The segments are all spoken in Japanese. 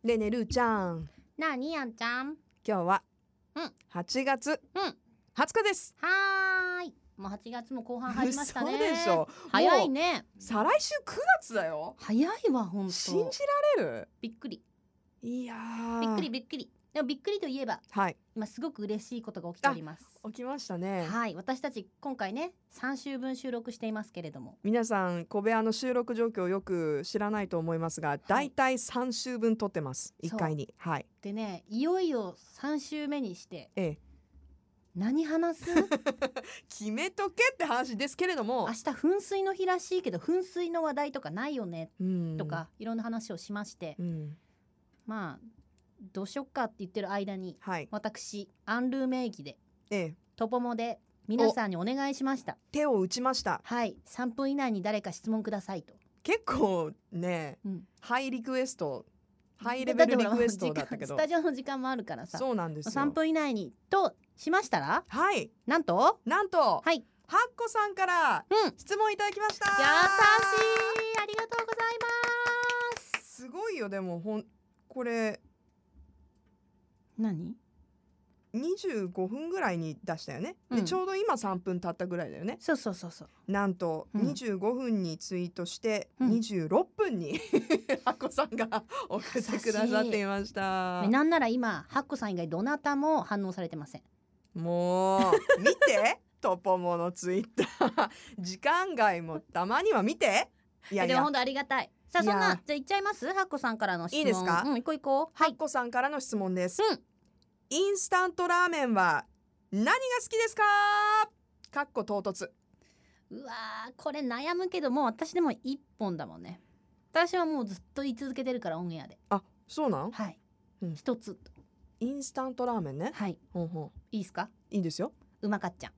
ねえねえるーちゃん、 なにやんちゃん。 今日はうん 8月うん 20日です。 はーい。もう8月も後半入りましたね。 嘘でしょ。 早いね。 再来週9月だよ。 早いわほんと。 信じられる？ びっくりいやー、 びっくりびっくり。でもびっくりといえばはい、 今すごく嬉しいことが起きております。 起きましたね。 はい、私たち今回ね3週分収録していますけれども、 皆さん小部屋の収録状況をよく知らないと思いますが、だいたい3週分撮ってます1回に。はい。 でね、いよいよ3週目にしてええ、 何話す決めとけって話ですけれども、 明日噴水の日らしいけど噴水の話題とかないよねうんとかいろんな話をしまして、 うんまあどうしよっかって言ってる間にはい、 私アンルー名義でええ、 トポモで皆さんにお願いしました。 手を打ちました。 はい3分以内に誰か質問くださいと。 結構ね、 うんハイリクエスト、ハイレベルリクエストだったけど、 スタジオの時間もあるからさ、 そうなんですよ。 3分以内にとしましたら、 はい、 なんとなんと、 はい、 はっこさんからうん、 質問いただきました。 優しい、ありがとうございます。 すごいよ。でもこれ何 25分ぐらいに出したよね、 うんでちょうど今3分経ったぐらいだよね。 そうそうそうそう、 なんとうん 25分にツイートしてうん 26分にはっこさんが送ってくださっていました。 なんなら今ハッコさん以外どなたも反応されてません。 もう見てトポモのツイッター時間外もたまには見て。いやいや、 でも本当ありがたい。さあいやそんなじゃあ行っちゃいます。ハッコさんからの質問いいですか？ うん、行こう行こう。 はっこさんからの質問です、 うんインスタントラーメンは何が好きですか？かっこ唐突。 うわーこれ悩むけどもう私でも1本だもんね。私はもうずっと言い続けてるからオンエアで、 あ、そうなん？ はい、 うん一つと、 インスタントラーメンね。 はい、 ほんほん、 いいですか？ いいですよ。 うまかっちゃん。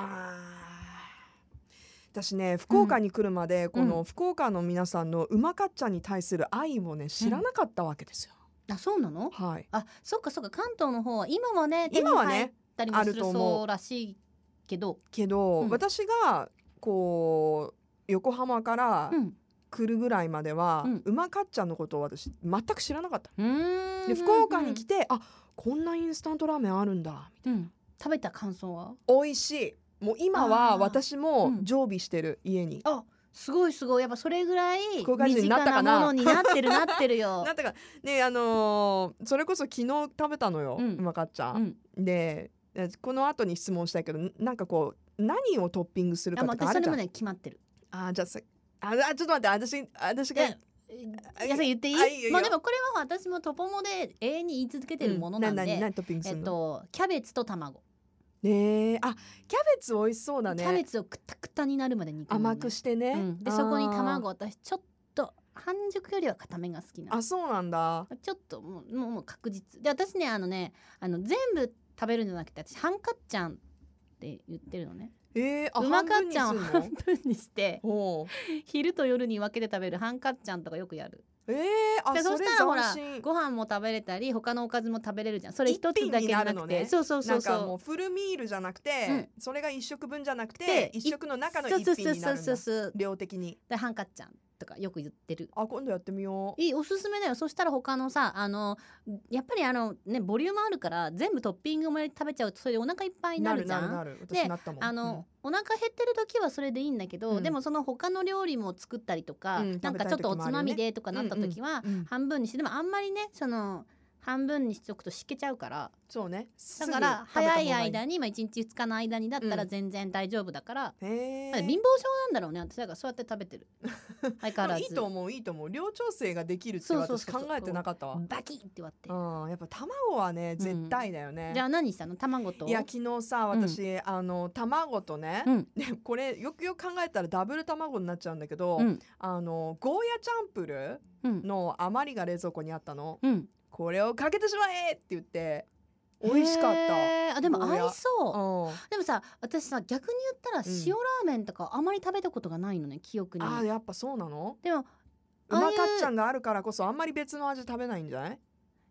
私ね、福岡に来るまで、こうの福岡の皆さんのうまかっちゃんに対する愛をね知らなかったわけですよ、 あ、そうなの？ はい。 あ、そっかそっか、関東の方は今はね今はね手に入ったりもするあると思うそうらしいけど、 けど、 うん私がこう横浜からうん来るぐらいまでは、 うんうまかっちゃんのことを私全く知らなかった。 うーんで福岡に来て、あ、こんなインスタントラーメンあるんだみたいうん、食べた感想は？ な。美味しい。もう今はあー私もうん常備してる、家に。 あ、すごいすごい、やっぱそれぐらい福岡人身になったかな近なものになってるなってるよなんだかね、それこそ昨日食べたのよ、 うんうまかっちゃ。 うんん、 でこの後に質問したいけど、なんかこう何をトッピングするかあ、もうとかあるじゃん。 私それもね決まってる。 じゃあちょっと待って、私がいややさん言っていい？ あいいよいいよまあでもこれは私もトポモで永遠に言い続けてるものなんで、 何トッピングするの？ キャベツと卵、 ねえ、あ、キャベツ美味しそうだね。 キャベツをくたくたになるまで煮込むのね、 甘くしてね、 うん、でそこに卵、私ちょっと半熟よりは固めが好きなの。 そうなんだ。 ちょっともう確実で、私ね全部食べるんじゃなくて、私半かっちゃんって言ってるのね。うまかっちゃんを半分にしてほう昼と夜に分けて食べる半かっちゃんとかよくやる。でそれそしたらほら斬新。 ご飯も食べれたり他のおかずも食べれるじゃん。それ一つだけじゃなくて、 一品になるのね。 そうそうそうそなんかもうフルミールじゃなくて、それが一食分じゃなくてで一食の中のそう一品になるんだ。 そう量的に。 で半かっちゃんとかよく言ってる。 今度やってみよう。 いい、おすすめだよ。そしたら他のさ、やっぱりねボリュームあるから全部トッピングも食べちゃうとそれでお腹いっぱいになるじゃん。 なる私なったもん。 お腹減ってる時はそれでいいんだけど、 うんでもその他の料理も作ったりとか、 うんなんかちょっとおつまみでとかなった時はうん半分にして、でもあんまりね半分にしておくとしけちゃうから、 そうね。 だから早い間に。 に、1日2日の間にだったら全然大丈夫だから、 へー貧乏症なんだろうね私。だからそうやって食べてる相変わらず。 いいと思う。量調整ができるって私そうそうそうそう考えてなかったわ。 バキッって割って、 やっぱ卵はね絶対だよね。 じゃあ何したの？卵と？ いや昨日さ私、卵とね、 うんでこれよくよく考えたらダブル卵になっちゃうんだけど、 うんゴーヤチャンプルうんの余りが冷蔵庫にあったの。 うん、 これをかけてしまえって言って美味しかっへーあでもゴーヤ合いそう。 た。 でもさ、私さ逆に言ったら塩ラーメンとかあまり食べたことがないのね、記憶に。 やっぱそうなの？ でもうまかっちゃんがあるからこそあんまり別の味食べないんじゃない？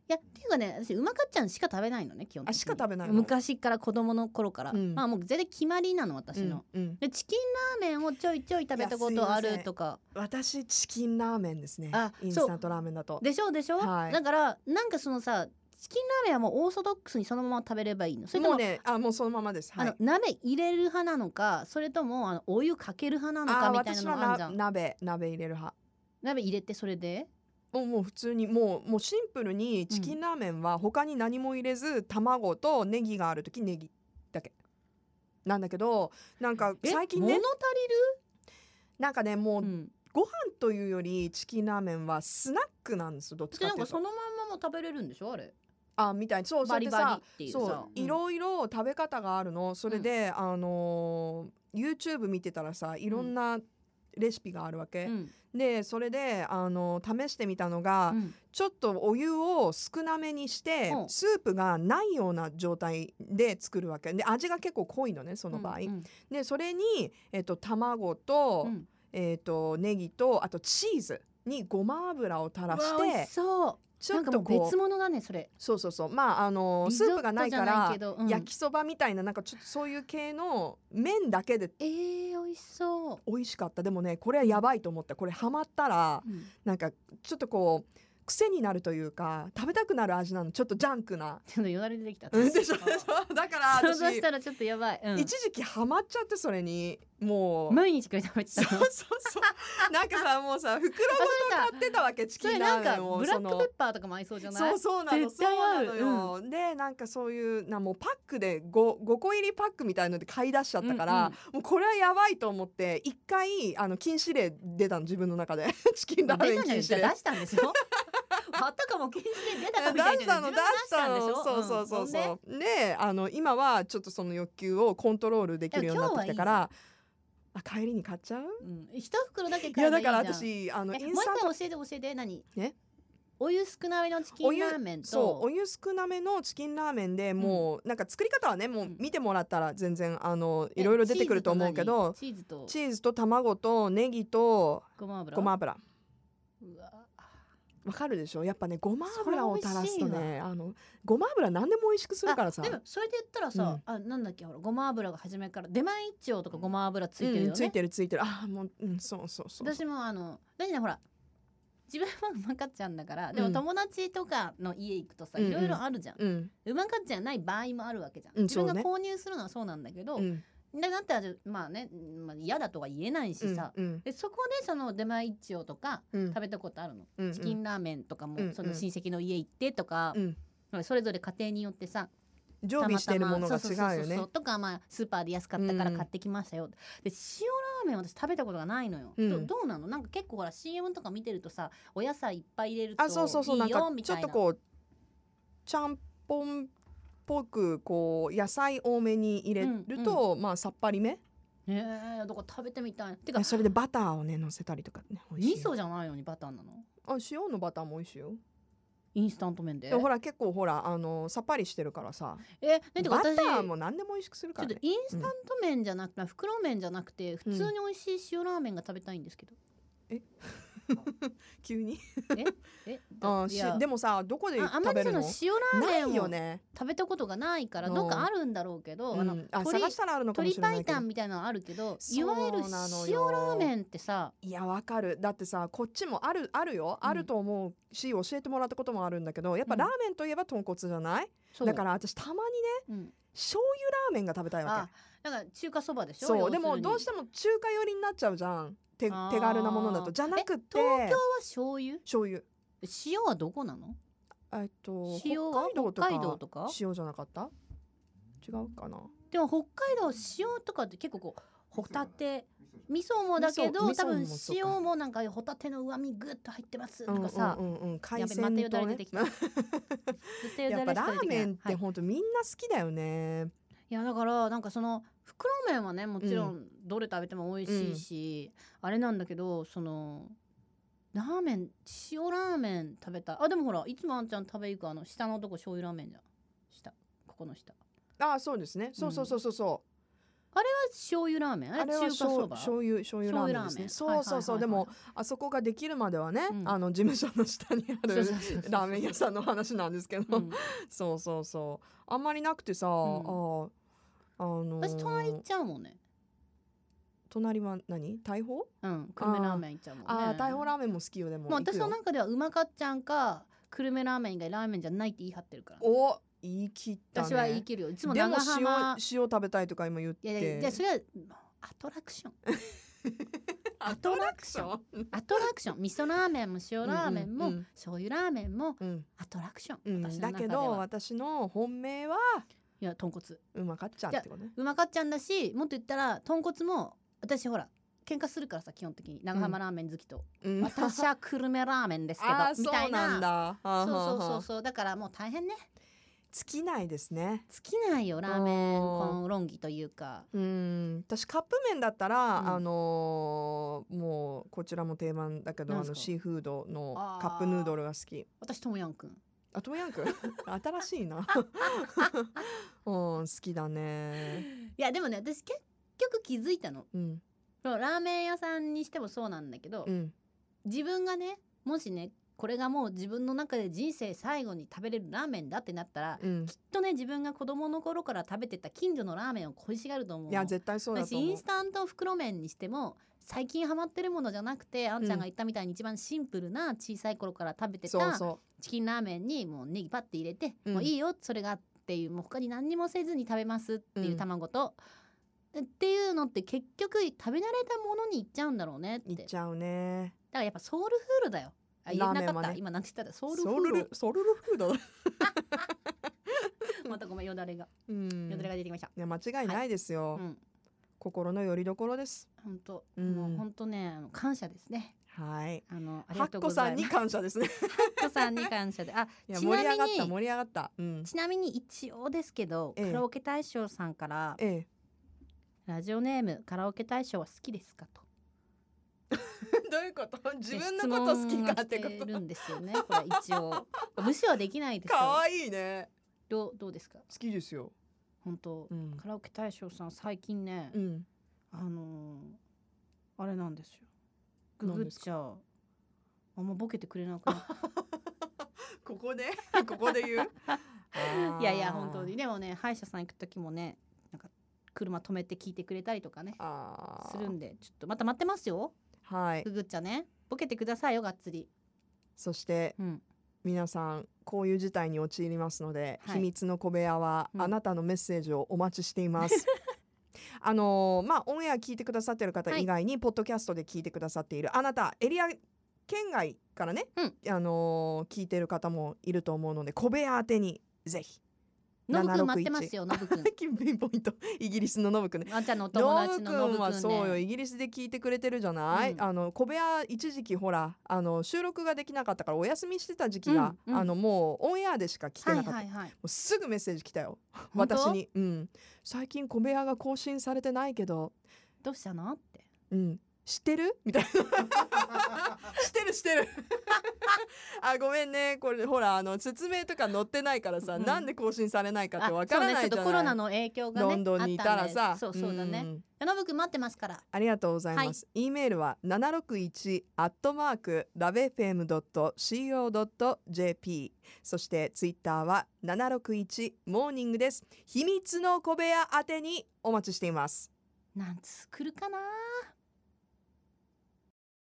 やっていうかね、私うまかっちゃんしか食べないのね、基本的に。 しか食べないの。 昔から子供の頃から、 うんまあもう全然決まりなの私の、でチキンラーメンをちょいちょい食べたことあるとか。 私チキンラーメンですね。インスタントラーメンだと。 でしょでしょ、 はい、 だからなんかそのさ、チキンラーメンはもうオーソドックスにそのまま食べればいいの？それとももうね、もうそのままです。はい、 鍋入れる派なのか、それともお湯かける派なのかみたいなのがあるじゃん。 私は鍋入れる派。 鍋入れてそれでもう普通にもうシンプルにチキンラーメンは他に何も入れず、卵とネギがあるときネギだけなんだけど、なんか最近ね、 物足りる？ なんかね、もう、ご飯というよりチキンラーメンはスナックなんですよ、どっちかっていうと。 なんかそのまんまも食べれるんでしょあれ。 みたいに。そうバリバリっていうさ、 そういろいろ食べ方があるの。それで、YouTube 見てたらさ、いろんなレシピがあるわけ、でそれで試してみたのが、ちょっとお湯を少なめにして、スープがないような状態で作るわけで、味が結構濃いのね、その場合、でそれに、卵と、ネギとあとチーズにごま油を垂らして、ちょっとこう別物だねそれ。 そう、まあスープがないから、焼きそばみたいな、なんかちょっとそういう系の麺だけで、 美味しそう。 美味しかった。でもね、これはやばいと思った。これハマったら、なんかちょっとこう癖になるというか、食べたくなる味なの。ちょっとジャンクな。 ちょっとよだれ出てきた。 でしょだから私想像したらちょっとやばい、 一時期ハマっちゃって、それにもう毎日これ食べてたの。 そうなんかさ、もうさ、袋ごと買ってたわけ、チキンラーメンを。 ブラックペッパーとかも合いそうじゃない？ そうなのよ、でなんかそういうもうパックで 5個入りパックみたいので買い出しちゃったから、もうこれはやばいと思って一回禁止令出たの、自分の中でチキンラーメン禁止令出したんでしょあったかも禁止令出たかみたいな。 出したのそうで、今はちょっとその欲求をコントロールできるようになってきたから、帰りに買っちゃう？ 一袋だけ買えばいいじゃん。 いやだから私インスタント、 もう一回教えて何？ ね、 お湯少なめのチキンラーメンと、 お湯少なめのチキンラーメンで、もうなんか作り方はね、もう見てもらったら全然いろいろ出てくると思うけど、チーズと卵とネギとごま油。うわ、わかるでしょ？やっぱね、ごま油を垂らすとね、ごま油何でも美味しくするからさ。 でもそれで言ったらさ、なんだっけ、ほらごま油が初めから出前一丁とかごま油ついてるよね。 ついてる。もうそう。 私も私ね、ほら自分はうまかっちゃんだから、でも友達とかの家行くとさ、いろいろあるじゃん。うまかっちゃんない場合もあるわけじゃん。自分が購入するのはそうなんだけど、だったらまあね、嫌だとは言えないしさ、でそこでその出前一丁とか食べたことあるの、チキンラーメンとかもその親戚の家行ってとか、それぞれ家庭によってさ常備してるものが違うよね。 とか、スーパーで安かったから買ってきましたよ、で塩ラーメン私食べたことがないのよ、どうなの？なんか結構ほら CM とか見てるとさ、お野菜いっぱい入れるといいよみたいな、 ちょっとこうちゃんぽんっぽくこう野菜多めに入れると、さっぱりめ。 だから食べてみたい。てかそれでバターをね乗せたりとかね、 味噌じゃないのにバターなの？ 塩のバターも美味しいよ。 インスタント麺で。 ほら結構ほらさっぱりしてるからさ。バターも何でも美味しくするからね。 ちょっとインスタント麺じゃなくて、袋麺じゃなくて普通に美味しい塩ラーメンが食べたいんですけど。 急にでもさ、どこで食べるの？ あまりその塩ラーメンをね食べたことがないから、どっかあるんだろうけど、 探したらあるのかもしれないけど、 鶏白湯みたいなのあるけど、いわゆる塩ラーメンってさ、 いやわかる。だってさ、こっちもあるよ、あると思うし教えてもらったこともあるんだけど、やっぱラーメンといえば豚骨じゃない？だから私たまにね、醤油ラーメンが食べたいわけ。だから中華そばでしょ。 そう、でもどうしても中華寄りになっちゃうじゃん、手軽なものだと。じゃなくて東京は醤油。塩はどこなの？ 北海道とか塩じゃなかった？違うかな。 でも北海道塩とかって結構こうホタテ味噌もだけど、多分塩もなんかホタテの旨味グッと入ってますとかさ、 海鮮とね。 やっぱラーメンって本当みんな好きだよね。 いやだからなんかその袋麺はね、もちろんどれ食べても美味しいし、あれなんだけど、そのラーメン、塩ラーメン食べたい。でもほらいつもあんちゃん食べ行く下のとこ醤油ラーメンじゃん。ここの下。 そうですね。そう。 あれは醤油ラーメン、あれは中華そば、 醤油ラーメンですね。そうそうそう、でもあそこができるまではね、事務所の下にあるラーメン屋さんの話なんですけど、そうそうそう、あんまりなくてさ、私隣行っちゃうもんね。 隣は何？大砲？ 久留米ラーメン行っちゃうもんね。 大砲ラーメンも好きよ。でも私の中ではうまかっちゃんか久留米ラーメン以外ラーメンじゃないって言い張ってるから。 お、言い切ったね。 私は言い切るよ。いつも長浜塩食べたいとか今言って。 いやいや、それはアトラクションアトラクション味噌ラーメンも塩ラーメンも醤油ラーメンもアトラクション、 だけど私の本命はいや豚骨うまかっちゃんってことね。 うまかっちゃんだし、もっと言ったら豚骨も私ほら喧嘩するからさ、基本的に長浜ラーメン好きと、私は久留米ラーメンですけどみたいな。そうだからもう大変ね。 尽きないですね。 尽きないよラーメンこの論議というか。 私カップ麺だったら、もうこちらも定番だけどシーフードのカップヌードルが好き。 私トムヤンくん。 トムヤンくん新しいな好きだね。 いやでもね、私結局気づいたの、ラーメン屋さんにしてもそうなんだけど、自分がね、もしねこれがもう自分の中で人生最後に食べれるラーメンだってなったら、きっとね自分が子供の頃から食べてた近所のラーメンを恋しがると思う。 いや絶対そうだと思う。 インスタント袋麺にしても最近ハマってるものじゃなくて、あんちゃんが言ったみたいに一番シンプルな小さい頃から食べてたチキンラーメンにもうネギパッて入れて、もういいよそれがっていう、もう他に何にもせずに食べますっていう卵と、っていうのって結局食べ慣れたものにいっちゃうんだろうねって。 いっちゃうね。 だからやっぱソウルフードだよ。言えなかった、今なんて言ったらソウルフードまたごめん、よだれが出てきました。 いや間違いないですよ、心の拠り所です。 本当、もう本当ね、感謝ですね。 はい、 ありがとうございます。 ハッコさんに感謝ですね。 ハッコさんに感謝で、 盛り上がった、 ちなみに一応ですけど、カラオケ大将さんから、ラジオネームカラオケ大将は好きですかとどういうこと？自分のこと好きかってこと？ してるんですよね。これ一応無視はできないですよ。 可愛いね。 どうですか？ 好きですよ。 本当、カラオケ大将さん最近ね、あれなんですよ。ググっちゃう。あんまボケてくれなくなった。 ここで言う？ いやいや本当に。でもね、歯医者さん行く時もね、なんか車止めて聞いてくれたりとかねするんで、ちょっとまた待ってますよ。 はい。 ググっちゃね、ボケてくださいよがっつり。 そして、皆さんこういう事態に陥りますので、秘密の小部屋はあなたのメッセージをお待ちしています。オンエア聞いてくださっている方以外に、ポッドキャストで聞いてくださっているあなた、エリア県外からね、聞いている方もいると思うので、小部屋宛てにぜひ。 ノブくん待ってますよ。ノブくんピンポイント、イギリスのノブくんね。 あんちゃんのお友達のノブくんはそうよ、イギリスで聞いてくれてるじゃない、小部屋一時期ほら収録ができなかったからお休みしてた時期が、もうオンエアでしか聞けなかった、もうすぐメッセージ来たよ私に。最近小部屋が更新されてないけどどうしたのって、 知ってるみたいな。知ってるごめんね、これほら説明とか載ってないからさ、なんで更新されないかってわからないじゃない。 ちょっとコロナの影響がね、 ロンドンにいたらさ。 そうだね。ノブくん待ってますから。 ありがとうございます。E メールは761@lavefm.co.jp、 そしてツイッターは761モーニングです。秘密の小部屋宛てにお待ちしています。 なんつ来るかな。